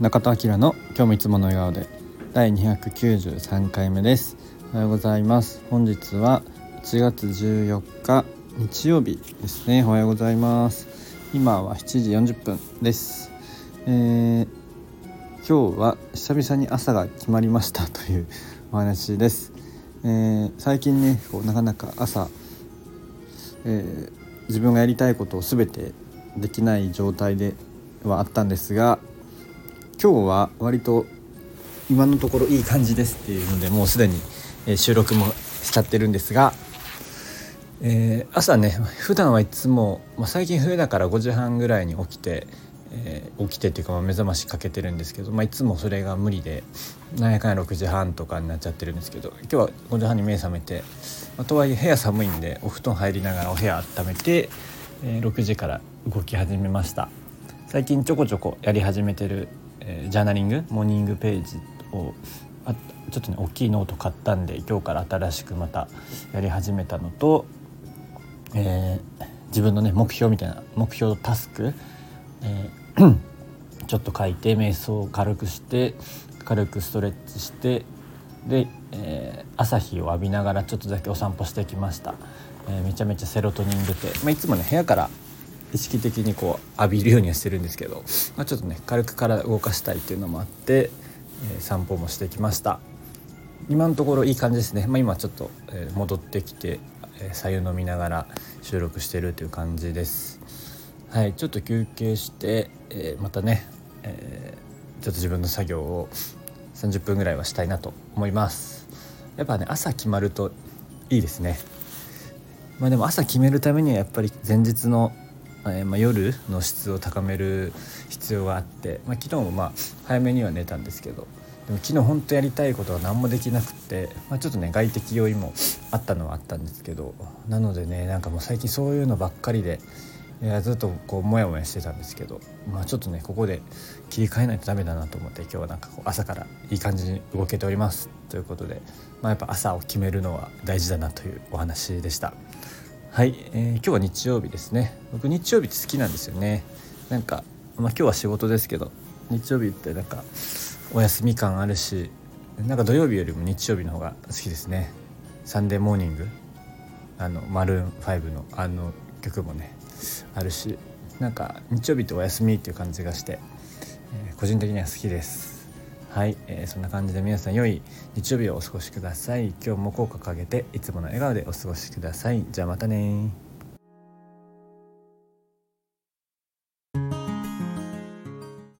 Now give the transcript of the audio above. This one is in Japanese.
中田明の今日もいつもの笑顔で第293回目です。おはようございます。本日は1月14日日曜日ですね。おはようございます。今は7時40分です。今日は久々に朝が決まりましたというお話です。最近ねなかなか朝、自分がやりたいことを全てできない状態ではあったんですが、今日は割と今のところいい感じですっていうのでもうすでに収録もしちゃってるんですが、朝ね普段はいつも、最近冬だから5時半ぐらいに起きてっていうか目覚ましかけてるんですけど、いつもそれが無理でなんやかんや6時半とかになっちゃってるんですけど、今日は5時半に目覚めて、とはいえ部屋寒いんでお布団入りながらお部屋温めて、6時から動き始めました。最近ちょこちょこやり始めてるジャーナリングモーニングページをちょっとね大きいノート買ったんで今日から新しくまたやり始めたのと、自分のね目標みたいな目標タスク、ちょっと書いて瞑想を軽くして軽くストレッチしてで、朝日を浴びながらちょっとだけお散歩してきました。めちゃめちゃセロトニン出て、いつもね部屋から意識的に浴びるようにはしてるんですけど、ちょっとね軽く体動かしたいっていうのもあって、散歩もしてきました。今のところいい感じですね。今ちょっと、戻ってきて、白湯飲みながら収録してるという感じです。はい、ちょっと休憩して、またね、ちょっと自分の作業を30分ぐらいはしたいなと思います。やっぱね朝決まるといいですね。でも朝決めるためにはやっぱり前日の夜の質を高める必要があって、昨日も早めには寝たんですけど、でも昨日本当やりたいことは何もできなくて、ちょっとね外的要因もあったのはあったんですけど、なのでねもう最近そういうのばっかりでずっとモヤモヤしてたんですけど、ちょっとねここで切り替えないとダメだなと思って今日は朝からいい感じに動けておりますということで、やっぱ朝を決めるのは大事だなというお話でした。はい、今日は日曜日ですね。僕日曜日って好きなんですよね。今日は仕事ですけど日曜日ってお休み感あるし、土曜日よりも日曜日の方が好きですね。サンデーモーニングマルーン5の曲もねあるし、日曜日ってお休みっていう感じがして、個人的には好きです。はい、そんな感じで皆さん良い日曜日をお過ごしください。今日も口角上げていつもの笑顔でお過ごしください。じゃあまたね。